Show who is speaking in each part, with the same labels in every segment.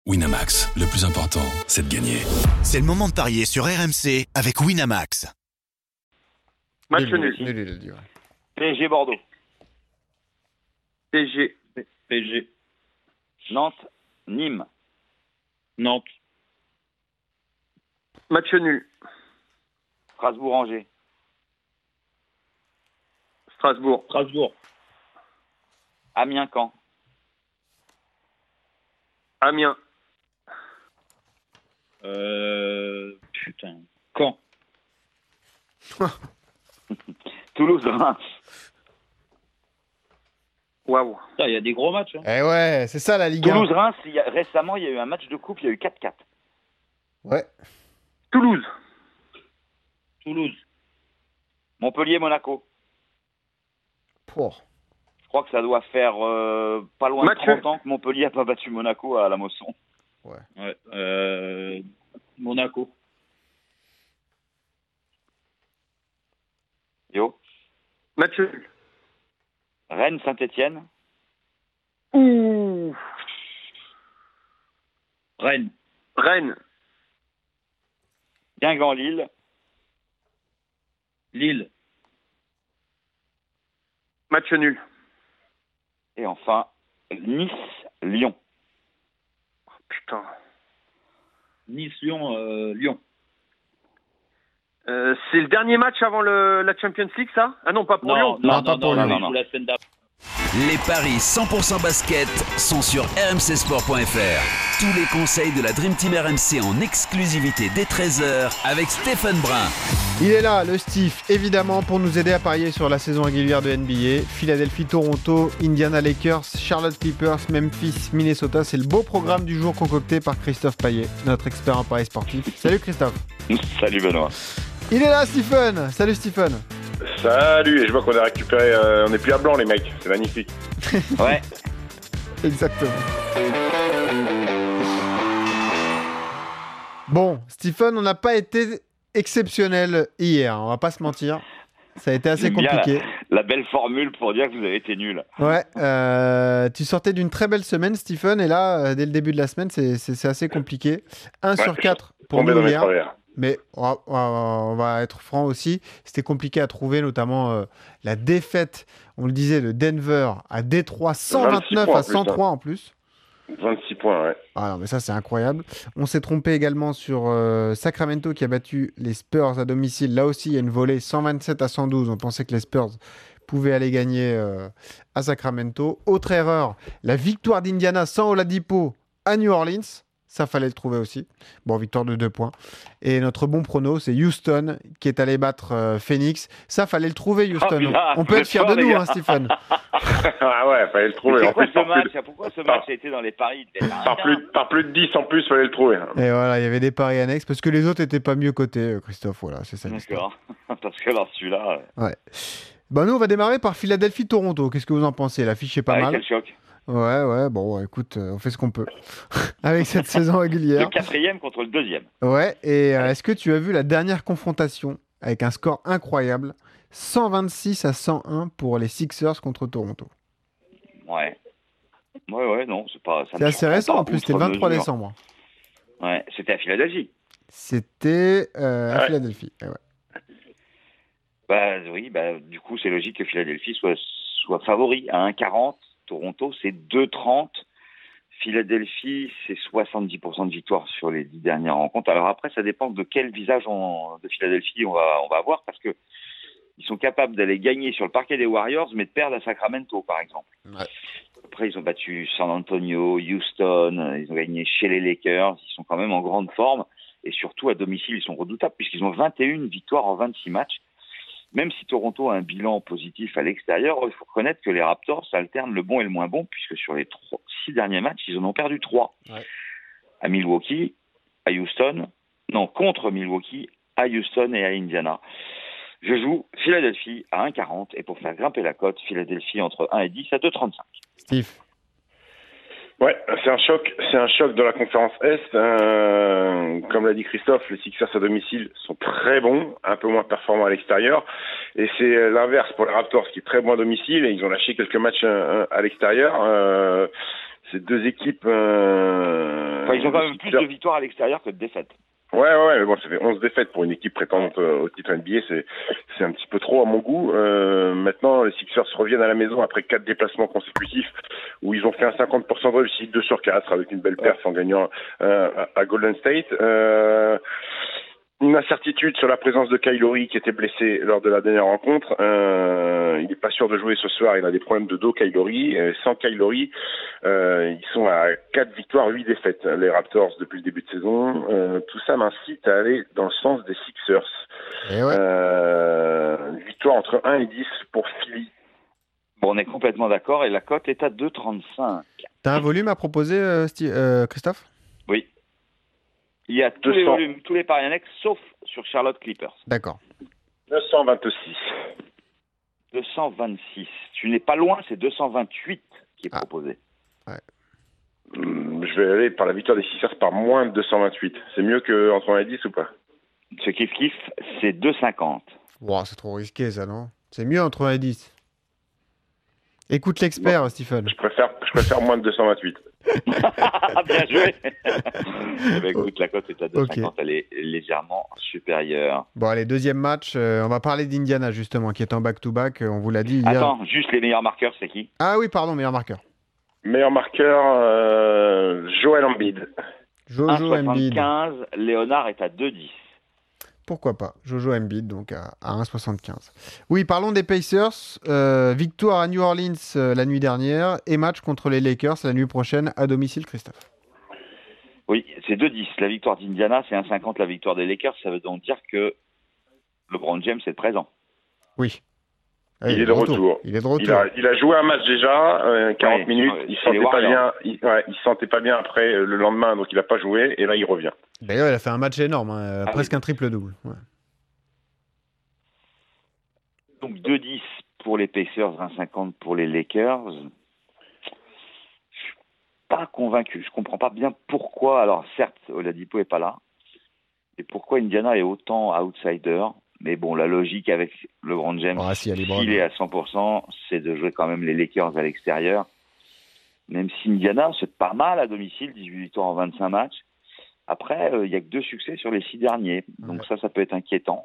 Speaker 1: Winamax, le plus important, c'est de gagner.
Speaker 2: C'est le moment de parier sur RMC avec Winamax.
Speaker 3: Match nul.
Speaker 4: PSG Bordeaux.
Speaker 3: PSG.
Speaker 4: Nantes Nîmes.
Speaker 3: Nantes.
Speaker 5: Match nul.
Speaker 4: Strasbourg Angers.
Speaker 5: Strasbourg.
Speaker 4: Amiens Caen.
Speaker 5: Amiens.
Speaker 3: Caen.
Speaker 4: Toulouse Reims.
Speaker 5: Waouh.
Speaker 3: Il y a des gros matchs. Hein.
Speaker 6: Eh ouais, c'est ça la Ligue 1.
Speaker 4: Toulouse Reims, récemment il y a eu un match de coupe, il y a eu 4-4.
Speaker 6: Ouais.
Speaker 5: Toulouse.
Speaker 4: Montpellier Monaco.
Speaker 6: Pour.
Speaker 4: Je crois que ça doit faire pas loin
Speaker 5: Match
Speaker 4: de 30 ans que Montpellier n'a pas battu Monaco à la Mosson.
Speaker 3: Ouais. Monaco.
Speaker 4: Yo.
Speaker 5: Match nul.
Speaker 4: Rennes Saint-Etienne.
Speaker 5: Ouh.
Speaker 3: Rennes.
Speaker 4: Guingamp Lille.
Speaker 3: Lille.
Speaker 5: Match nul.
Speaker 4: Et enfin Nice Lyon.
Speaker 5: Putain.
Speaker 3: Nice-Lyon. Lyon.
Speaker 5: C'est le dernier match avant la Champions League, ça? Ah non, pas pour Lyon.
Speaker 6: Non, pas pour Lyon.
Speaker 3: Non. La semaine d'après.
Speaker 1: Les paris 100% basket sont sur rmcsport.fr. Tous les conseils de la Dream Team RMC en exclusivité dès 13h avec Stéphane Brun.
Speaker 6: Il est là, le Steve, évidemment, pour nous aider à parier sur la saison régulière de NBA. Philadelphie, Toronto, Indiana Lakers, Charlotte Clippers, Memphis, Minnesota. C'est le beau programme du jour concocté par Christophe Payet, notre expert en paris sportif. Salut Christophe.
Speaker 4: Salut Benoît.
Speaker 6: Il est là, Stephen. Salut Stephen.
Speaker 7: Salut, et je vois qu'on a récupéré, on n'est plus à blanc les mecs, c'est magnifique.
Speaker 4: Ouais.
Speaker 6: Exactement. Bon, Stephen, on n'a pas été exceptionnel hier, on va pas se mentir. Ça a été assez
Speaker 4: J'aime bien
Speaker 6: compliqué.
Speaker 4: La belle formule pour dire que vous avez été nuls.
Speaker 6: Ouais, tu sortais d'une très belle semaine, Stephen, et là, dès le début de la semaine, c'est assez compliqué. 1 sur 4 pour
Speaker 7: Tombé
Speaker 6: nous
Speaker 7: dans mes
Speaker 6: hier.
Speaker 7: travers.
Speaker 6: Mais on va être franc aussi, c'était compliqué à trouver, notamment la défaite, on le disait, de Denver à Détroit, 129 à 103 en plus.
Speaker 7: 26 points, ouais.
Speaker 6: Ah non, mais ça, c'est incroyable. On s'est trompé également sur Sacramento qui a battu les Spurs à domicile. Là aussi, il y a une volée 127 à 112. On pensait que les Spurs pouvaient aller gagner à Sacramento. Autre erreur, la victoire d'Indiana sans Oladipo à New Orleans. Ça, fallait le trouver aussi. Bon, victoire de 2 points. Et notre bon prono, c'est Houston qui est allé battre Phoenix. Ça, fallait le trouver, Houston.
Speaker 4: Putain,
Speaker 6: On peut être fier de nous, hein, Stephen.
Speaker 7: Ah ouais, fallait le trouver.
Speaker 4: C'est
Speaker 7: En
Speaker 4: quoi
Speaker 7: plus,
Speaker 4: ce match? Pourquoi ce match a été dans les paris?
Speaker 7: par plus de 10 en plus, fallait le trouver.
Speaker 6: Et voilà, il y avait des paris annexes parce que les autres n'étaient pas mieux cotés, Christophe. Voilà, c'est ça l'histoire.
Speaker 4: D'accord. Parce que alors celui-là...
Speaker 6: Ouais. Bah, nous, on va démarrer par Philadelphie-Toronto. Qu'est-ce que vous en pensez? L'affiche est pas mal.
Speaker 4: Quel choc.
Speaker 6: Ouais, bon, écoute, on fait ce qu'on peut avec cette saison régulière.
Speaker 4: Le 4e contre le 2e.
Speaker 6: Ouais, et est-ce que tu as vu la dernière confrontation avec un score incroyable, 126 à 101 pour les Sixers contre Toronto?
Speaker 4: Ouais, non, c'est pas...
Speaker 6: C'est assez récent en plus, c'était le 23 décembre.
Speaker 4: Ouais, c'était à Philadelphie.
Speaker 6: C'était à Philadelphie, ouais.
Speaker 4: Oui, du coup, c'est logique que Philadelphie soit favori à 1,40. Toronto, c'est 2,30. Philadelphie, c'est 70% de victoire sur les 10 dernières rencontres. Alors après, ça dépend de quel visage de Philadelphie on va avoir, parce que ils sont capables d'aller gagner sur le parquet des Warriors, mais de perdre à Sacramento, par exemple.
Speaker 6: Ouais.
Speaker 4: Après, ils ont battu San Antonio, Houston, ils ont gagné chez les Lakers, ils sont quand même en grande forme, et surtout à domicile, ils sont redoutables, puisqu'ils ont 21 victoires en 26 matchs. Même si Toronto a un bilan positif à l'extérieur, il faut reconnaître que les Raptors alternent le bon et le moins bon, puisque sur les 6 derniers matchs, ils en ont perdu 3. Ouais. À Milwaukee, à Houston, contre Milwaukee, à Houston et à Indiana. Je joue Philadelphie à 1,40 et pour faire grimper la cote, Philadelphie entre 1 et 10 à 2,35.
Speaker 6: Steve.
Speaker 7: Ouais, c'est un choc de la conférence Est. Comme l'a dit Christophe, les Sixers à domicile sont très bons, un peu moins performants à l'extérieur. Et c'est l'inverse pour les Raptors qui est très bon à domicile et ils ont lâché quelques matchs à l'extérieur. c'est deux équipes.
Speaker 4: Enfin, ils ont quand même plus de victoires à l'extérieur que de défaites.
Speaker 7: Ouais, mais bon, ça fait 11 défaites pour une équipe prétendante au titre NBA, c'est un petit peu trop à mon goût. Maintenant, les Sixers reviennent à la maison après 4 déplacements consécutifs où ils ont fait un 50% de réussite, 2 sur 4 avec une belle perf en gagnant à Golden State. Une incertitude sur la présence de Kyle Lowry qui était blessé lors de la dernière rencontre. Il n'est pas sûr de jouer ce soir, il a des problèmes de dos, Kyle Lowry. Sans Kyle Lowry, ils sont à 4 victoires, 8 défaites, les Raptors, depuis le début de saison. Tout ça m'incite à aller dans le sens des Sixers. Une victoire entre 1 et 10 pour Philly.
Speaker 4: Bon, on est complètement d'accord et la cote est à 2,35.
Speaker 6: T'as un volume à proposer, Christophe ?
Speaker 4: Oui. Il y a tous les volumes, tous les paris annexes, sauf sur Charlotte Clippers.
Speaker 6: D'accord.
Speaker 7: 226.
Speaker 4: 226. Tu n'es pas loin, c'est 228 qui est proposé.
Speaker 6: Ouais.
Speaker 7: Je vais aller par la victoire des Sixers par moins de 228. C'est mieux qu'entre 1 et 10 ou pas?
Speaker 4: Ce kiff-kiff, c'est 2,50.
Speaker 6: Wow, c'est trop risqué ça, non? C'est mieux entre 1 et 10. Écoute l'expert, Stephen.
Speaker 7: Je préfère moins de 228.
Speaker 4: Bien joué. Écoute, la cote est à 2,50, elle est légèrement supérieure.
Speaker 6: Bon, allez, deuxième match. On va parler d'Indiana, justement, qui est en back-to-back. On vous l'a dit hier.
Speaker 4: Attends, juste les meilleurs marqueurs, c'est qui?
Speaker 6: Ah oui, pardon, meilleur marqueur.
Speaker 7: Meilleur marqueur, Joel Embiid.
Speaker 6: Jojo Embiid.
Speaker 4: 1,75, Léonard est à 2,10.
Speaker 6: Pourquoi pas? Jojo Embiid, donc à 1,75. Oui, parlons des Pacers. Victoire à New Orleans la nuit dernière et match contre les Lakers la nuit prochaine à domicile, Christophe.
Speaker 4: Oui, c'est 2,10. La victoire d'Indiana, c'est 1,50 la victoire des Lakers. Ça veut donc dire que LeBron James est présent.
Speaker 6: Oui.
Speaker 7: Il est de retour.
Speaker 6: Il est de retour.
Speaker 7: Il a joué un match déjà, 40 minutes. Il se sentait pas bien après le lendemain, donc il n'a pas joué. Et là, il revient.
Speaker 6: D'ailleurs, il a fait un match énorme, presque un triple-double. Ouais.
Speaker 4: Donc 2,10 pour les Pacers, 1,50 pour les Lakers. Je suis pas convaincu. Je comprends pas bien pourquoi. Alors certes, Oladipo est pas là. Et pourquoi Indiana est autant outsider. Mais bon, la logique avec LeBron James, s'il est à 100%, c'est de jouer quand même les Lakers à l'extérieur. Même si Indiana, c'est pas mal à domicile, 18 victoires en 25 matchs. Après, il n'y a que 2 succès sur les 6 derniers. Donc ça peut être inquiétant.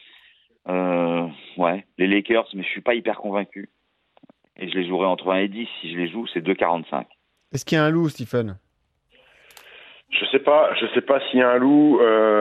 Speaker 4: Les Lakers, mais je suis pas hyper convaincu. Et je les jouerai entre 1 et 10. Si je les joue, c'est 2,45.
Speaker 6: Est-ce qu'il y a un loup, Stephen?
Speaker 7: Je sais pas s'il y a un loup.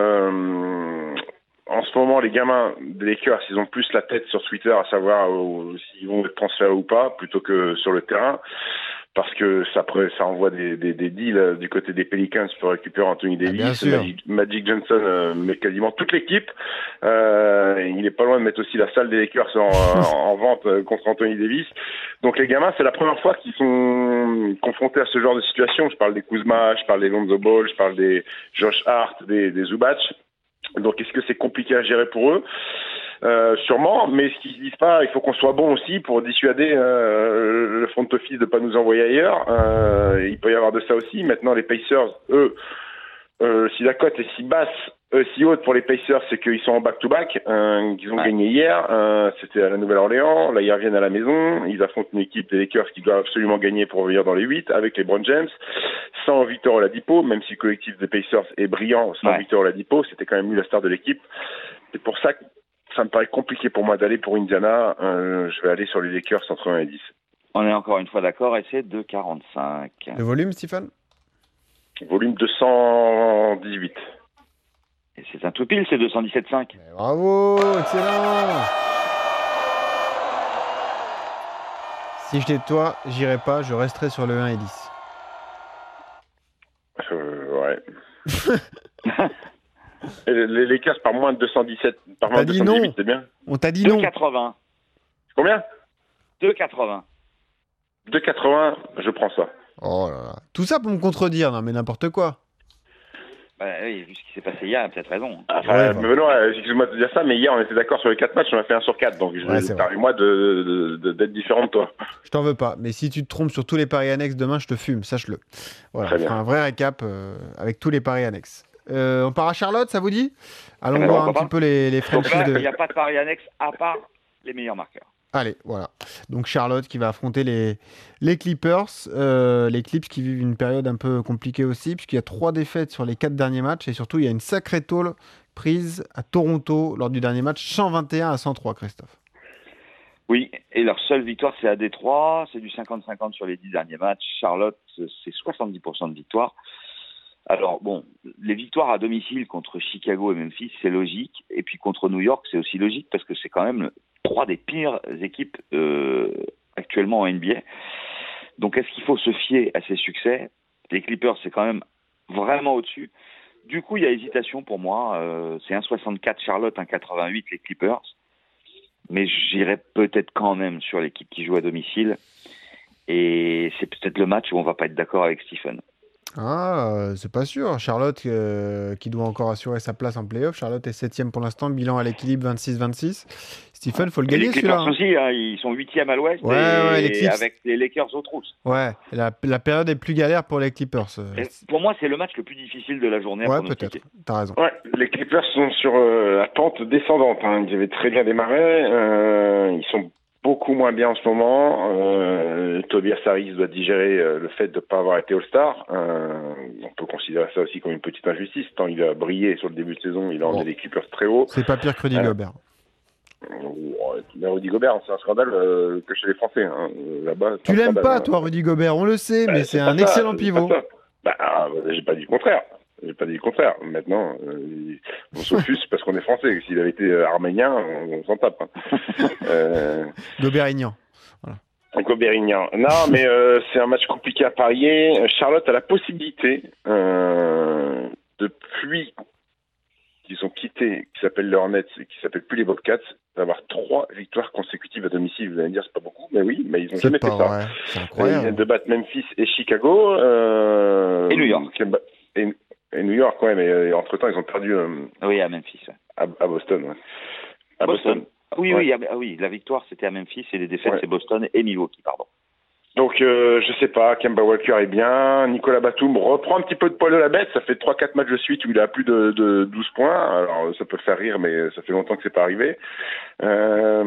Speaker 7: En ce moment, les gamins des Lakers, ils ont plus la tête sur Twitter à savoir s'ils vont être transférés ou pas, plutôt que sur le terrain, parce que ça envoie des deals du côté des Pelicans pour récupérer Anthony Davis, Magic Johnson, mais quasiment toute l'équipe. Il est pas loin de mettre aussi la salle des Lakers en vente contre Anthony Davis. Donc les gamins, c'est la première fois qu'ils sont confrontés à ce genre de situation. Je parle des Kuzma, je parle des Lonzo Ball, je parle des Josh Hart, des Zubac. Donc, est-ce que c'est compliqué à gérer pour eux? Sûrement, mais ce qu'ils se disent pas, il faut qu'on soit bon aussi pour dissuader le front office de pas nous envoyer ailleurs. Il peut y avoir de ça aussi. Maintenant, les Pacers, eux, si la cote est si basse, si haute pour les Pacers, c'est qu'ils sont en back-to-back, qu'ils ont gagné hier. C'était à la Nouvelle-Orléans. Là, ils reviennent à la maison. Ils affrontent une équipe des Lakers qui doit absolument gagner pour revenir dans les 8 avec les LeBron James. Sans Victor Oladipo, même si le collectif des Pacers est brillant, sans Victor Oladipo, c'était quand même lui la star de l'équipe. C'est pour ça que ça me paraît compliqué pour moi d'aller pour Indiana. Je vais aller sur les Lakers entre 1 et 10.
Speaker 4: On est encore une fois d'accord et c'est 2,45.
Speaker 6: Le volume, Stephen?
Speaker 7: Volume 218.
Speaker 4: Et c'est un tout pile, c'est 217,5.
Speaker 6: Bravo, excellent. Si j'étais toi, j'irais pas, je resterais sur le 1 et 10.
Speaker 7: Ouais. Et les Lakers par moins de 217, par moins de 218, c'est bien?
Speaker 6: On t'a dit non.
Speaker 4: 2,80.
Speaker 7: Combien?
Speaker 4: 2,80.
Speaker 7: 2,80, je prends ça.
Speaker 6: Oh là là. Tout ça pour me contredire, non mais n'importe quoi.
Speaker 4: Bah oui, vu ce qui s'est passé hier, il a peut-être raison.
Speaker 7: Mais non, excuse-moi de dire ça, mais hier on était d'accord sur les 4 matchs, on a fait 1 sur 4, donc permets-moi d'être différent de toi.
Speaker 6: Je t'en veux pas, mais si tu te trompes sur tous les paris annexes demain, je te fume, sache-le. Voilà, on fera un vrai récap avec tous les paris annexes. On part à Charlotte, ça vous dit? Allons voir un petit peu les Frenchies.
Speaker 4: Il n'y a pas de paris annexe à part les meilleurs marqueurs.
Speaker 6: Allez, voilà. Donc Charlotte qui va affronter les Clippers. Les Clips qui vivent une période un peu compliquée aussi, puisqu'il y a 3 défaites sur les 4 derniers matchs. Et surtout, il y a une sacrée tôle prise à Toronto lors du dernier match, 121-103, Christophe.
Speaker 4: Oui, et leur seule victoire, c'est à Détroit. C'est du 50-50 sur les 10 derniers matchs. Charlotte, c'est 70% de victoire. Alors, bon, les victoires à domicile contre Chicago et Memphis, c'est logique. Et puis contre New York, c'est aussi logique parce que c'est quand même 3 des pires équipes actuellement en NBA. Donc, est-ce qu'il faut se fier à ces succès ? Les Clippers, c'est quand même vraiment au-dessus. Du coup, il y a hésitation pour moi. C'est 1,64 Charlotte, 1,88 les Clippers. Mais j'irais peut-être quand même sur l'équipe qui joue à domicile. Et c'est peut-être le match où on va pas être d'accord avec Stephen.
Speaker 6: Ah, c'est pas sûr. Charlotte qui doit encore assurer sa place en play-off. Charlotte est 7e pour l'instant, bilan à l'équilibre 26-26. Stephen, faut le gagner celui-là.
Speaker 4: Les Clippers aussi, hein, ils sont 8e à l'ouest et avec les Lakers aux trousses.
Speaker 6: Ouais, la période est plus galère pour les Clippers.
Speaker 4: Pour moi, c'est le match le plus difficile de la journée.
Speaker 6: Ouais, peut-être. T'as raison.
Speaker 7: Ouais, les Clippers sont sur la pente descendante. Hein. Ils avaient très bien démarré. Ils sont beaucoup moins bien en ce moment. Tobias Harris doit digérer le fait de ne pas avoir été All-Star. On peut considérer ça aussi comme une petite injustice. Tant il a brillé sur le début de saison, il a emmené les Clippers très haut.
Speaker 6: C'est pas pire que Rudy Gobert.
Speaker 7: Rudy Gobert, c'est un scandale que chez les Français. Hein. Là-bas,
Speaker 6: tu l'aimes pas, toi, Rudy Gobert, on le sait, mais c'est un excellent pivot.
Speaker 7: J'ai pas dit le contraire. Maintenant, on s'offuse parce qu'on est français. S'il avait été arménien, on s'en tape. Hein.
Speaker 6: Gobert-Ignan. Voilà.
Speaker 7: Gobert-Ignan. Non, mais c'est un match compliqué à parier. Charlotte a la possibilité, depuis qu'ils ont quitté, qui s'appelle les Hornets et qui s'appelle plus les Bobcats, d'avoir 3 victoires consécutives à domicile. Vous allez me dire, c'est pas beaucoup, mais oui, mais ils ont jamais fait ça.
Speaker 6: Ouais. C'est incroyable.
Speaker 7: Ils viennent de battre Memphis et Chicago.
Speaker 4: Et New York.
Speaker 7: Et New York, ouais, mais entre-temps, ils ont perdu...
Speaker 4: oui, à Memphis. Ouais.
Speaker 7: À Boston, ouais. À Boston.
Speaker 4: Oui,
Speaker 7: ouais.
Speaker 4: oui, la victoire, c'était à Memphis et les défaites, c'est Boston et Milwaukee, pardon.
Speaker 7: Donc, je sais pas, Kemba Walker est bien, Nicolas Batum reprend un petit peu de poil de la bête, ça fait 3-4 matchs de suite où il a plus de 12 points, alors ça peut faire rire, mais ça fait longtemps que c'est pas arrivé. Je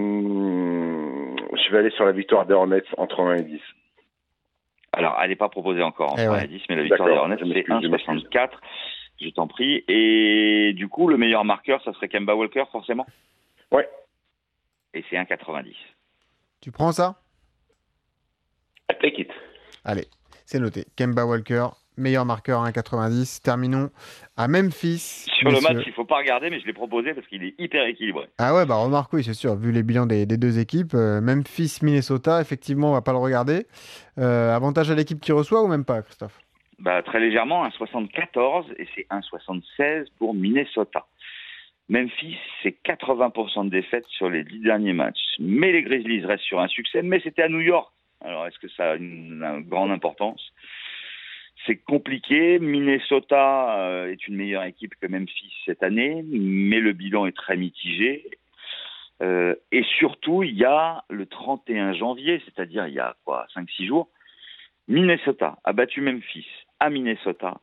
Speaker 7: vais aller sur la victoire des Hornets entre 1 et 10.
Speaker 4: Alors, elle n'est pas proposée encore entre 1 et 10, mais la victoire des Hornets, c'est 1,64, je t'en prie. Et du coup, le meilleur marqueur, ça serait Kemba Walker, forcément ?
Speaker 7: Ouais.
Speaker 4: Et c'est 1,90.
Speaker 6: Tu prends ça ?
Speaker 7: Take it.
Speaker 6: Allez, c'est noté. Kemba Walker, meilleur marqueur à 1,90. Terminons à Memphis.
Speaker 4: Sur le match, il ne faut pas regarder, mais je l'ai proposé parce qu'il est hyper équilibré.
Speaker 6: Ah ouais, bah remarque, oui, c'est sûr. Vu les bilans des deux équipes, Memphis-Minnesota, effectivement, on ne va pas le regarder. Avantage à l'équipe qui reçoit ou même pas, Christophe ?
Speaker 4: Très légèrement, 1,74 et c'est 1,76 pour Minnesota. Memphis, c'est 80% de défaites sur les 10 derniers matchs. Mais les Grizzlies restent sur un succès, mais c'était à New York. Alors, est-ce que ça a une grande importance ? C'est compliqué. Minnesota est une meilleure équipe que Memphis cette année, mais le bilan est très mitigé. Et surtout, il y a le 31 janvier, c'est-à-dire il y a 5-6 jours, Minnesota a battu Memphis à Minnesota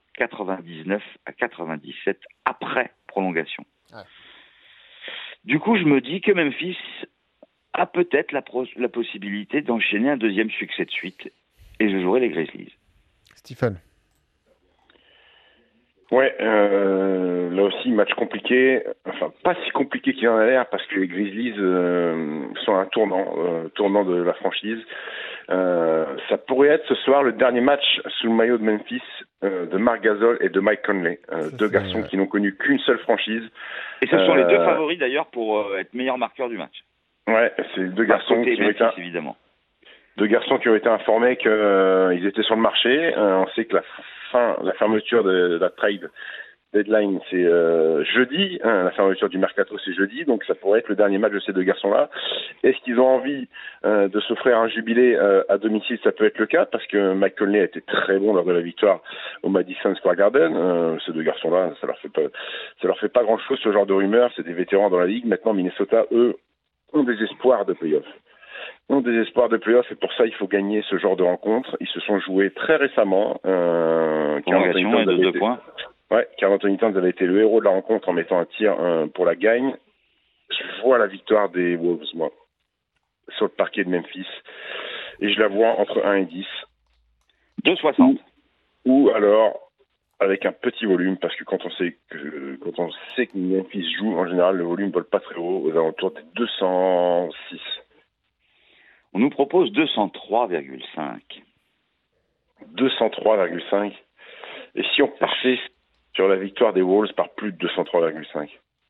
Speaker 4: 99-97 après prolongation. Ouais. Du coup, je me dis que Memphis a peut-être la possibilité d'enchaîner un deuxième succès de suite. Et je jouerai les Grizzlies.
Speaker 6: Stephen.
Speaker 7: Ouais, là aussi, match compliqué. Enfin, pas si compliqué qu'il en a l'air, parce que les Grizzlies sont un tournant de la franchise. Ça pourrait être ce soir le dernier match sous le maillot de Memphis de Marc Gasol et de Mike Conley, deux garçons qui n'ont connu qu'une seule franchise.
Speaker 4: Et ce sont les deux favoris d'ailleurs pour être meilleurs marqueurs du match.
Speaker 7: Ouais, c'est deux garçons qui
Speaker 4: Memphis, évidemment.
Speaker 7: Deux garçons qui ont été informés qu'ils étaient sur le marché. On sait que la fermeture de la trade deadline, c'est jeudi. La fermeture du mercato, c'est jeudi. Donc, ça pourrait être le dernier match de ces deux garçons-là. Est-ce qu'ils ont envie de s'offrir un jubilé à domicile? Ça peut être le cas, parce que Mike Conley a été très bon lors de la victoire au Madison Square Garden. Ces deux garçons-là, ça leur fait pas grand-chose, ce genre de rumeurs. C'est des vétérans dans la ligue. Maintenant, Minnesota, eux, ont des espoirs de play-off. Et pour ça, il faut gagner ce genre de rencontre. Ils se sont joués très récemment.
Speaker 4: Prolongation et de 2 points.
Speaker 7: Ouais, Karl Anthony Towns avait été le héros de la rencontre en mettant un tir pour la gagne. Je vois la victoire des Wolves, moi. sur le parquet de Memphis. Et je la vois entre 1 et 10.
Speaker 4: 2,60.
Speaker 7: Ou alors avec un petit volume, parce que quand on sait que Memphis joue, en général, le volume ne vole pas très haut, aux alentours des 206.
Speaker 4: On nous propose 203,5.
Speaker 7: 203,5. Et si on partait sur la victoire des Wolves par plus de 203,5?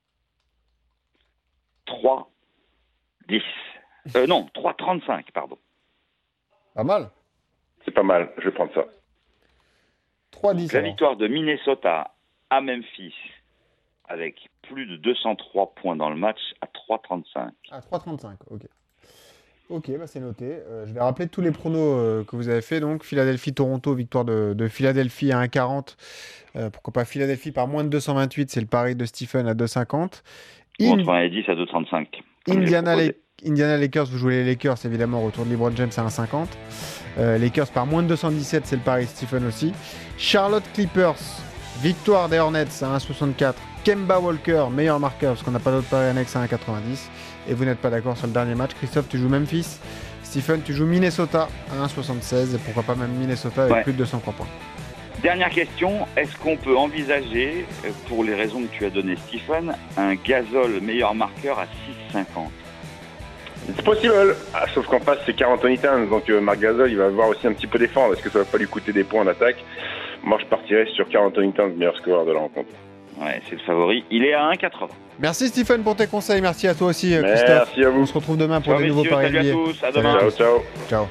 Speaker 4: 3,35, pardon.
Speaker 6: Pas mal.
Speaker 7: C'est pas mal, je vais prendre ça.
Speaker 6: 3-10.
Speaker 4: La victoire de Minnesota à Memphis avec plus de 203 points dans le match à 3,35.
Speaker 6: Ah, 3,35, ok. Ok, bah c'est noté. Je vais rappeler tous les pronos que vous avez fait. Donc, Philadelphie-Toronto, victoire de Philadelphie à 1,40. Pourquoi pas Philadelphie par moins de 228, c'est le pari de Stephen à 2,50.
Speaker 4: Entre 1 et 10 à 2,35.
Speaker 6: Indiana Lakers, vous jouez les Lakers, évidemment, retour de LeBron James à 1,50. Lakers par moins de 217, c'est le pari de Stephen aussi. Charlotte Clippers, victoire des Hornets à 1,64. Kemba Walker, meilleur marqueur, parce qu'on n'a pas d'autre pari annexe à 1,90. Et vous n'êtes pas d'accord sur le dernier match. Christophe, tu joues Memphis. Stephen, tu joues Minnesota à 1,76. Et pourquoi pas même Minnesota avec plus de 203 points.
Speaker 4: Dernière question, est-ce qu'on peut envisager, pour les raisons que tu as données Stephen, un Gasol meilleur marqueur à 6,50?
Speaker 7: C'est possible, sauf qu'en face c'est Karl Anthony Towns, donc Marc Gasol il va devoir aussi un petit peu défendre. Est-ce que ça va pas lui coûter des points en attaque? Moi je partirais sur Karl Anthony Towns, meilleur scoreur de la rencontre.
Speaker 4: Ouais, c'est le favori, il est à 1,80.
Speaker 6: Merci Stephen pour tes conseils, merci à toi aussi Christophe.
Speaker 7: Merci à vous.
Speaker 6: On se retrouve demain pour des nouveaux paris NBA.
Speaker 4: Salut à tous, à demain.
Speaker 6: Ciao.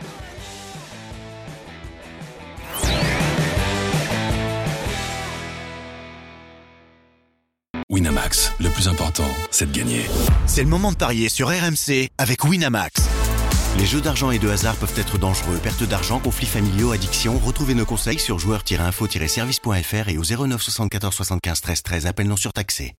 Speaker 8: Winamax, le plus important, c'est de gagner.
Speaker 2: C'est le moment de parier sur RMC avec Winamax. Les jeux d'argent et de hasard peuvent être dangereux. Perte d'argent, conflits familiaux, addiction. Retrouvez nos conseils sur joueurs-info-service.fr et au 09 74 75 13 13. Appel non surtaxé.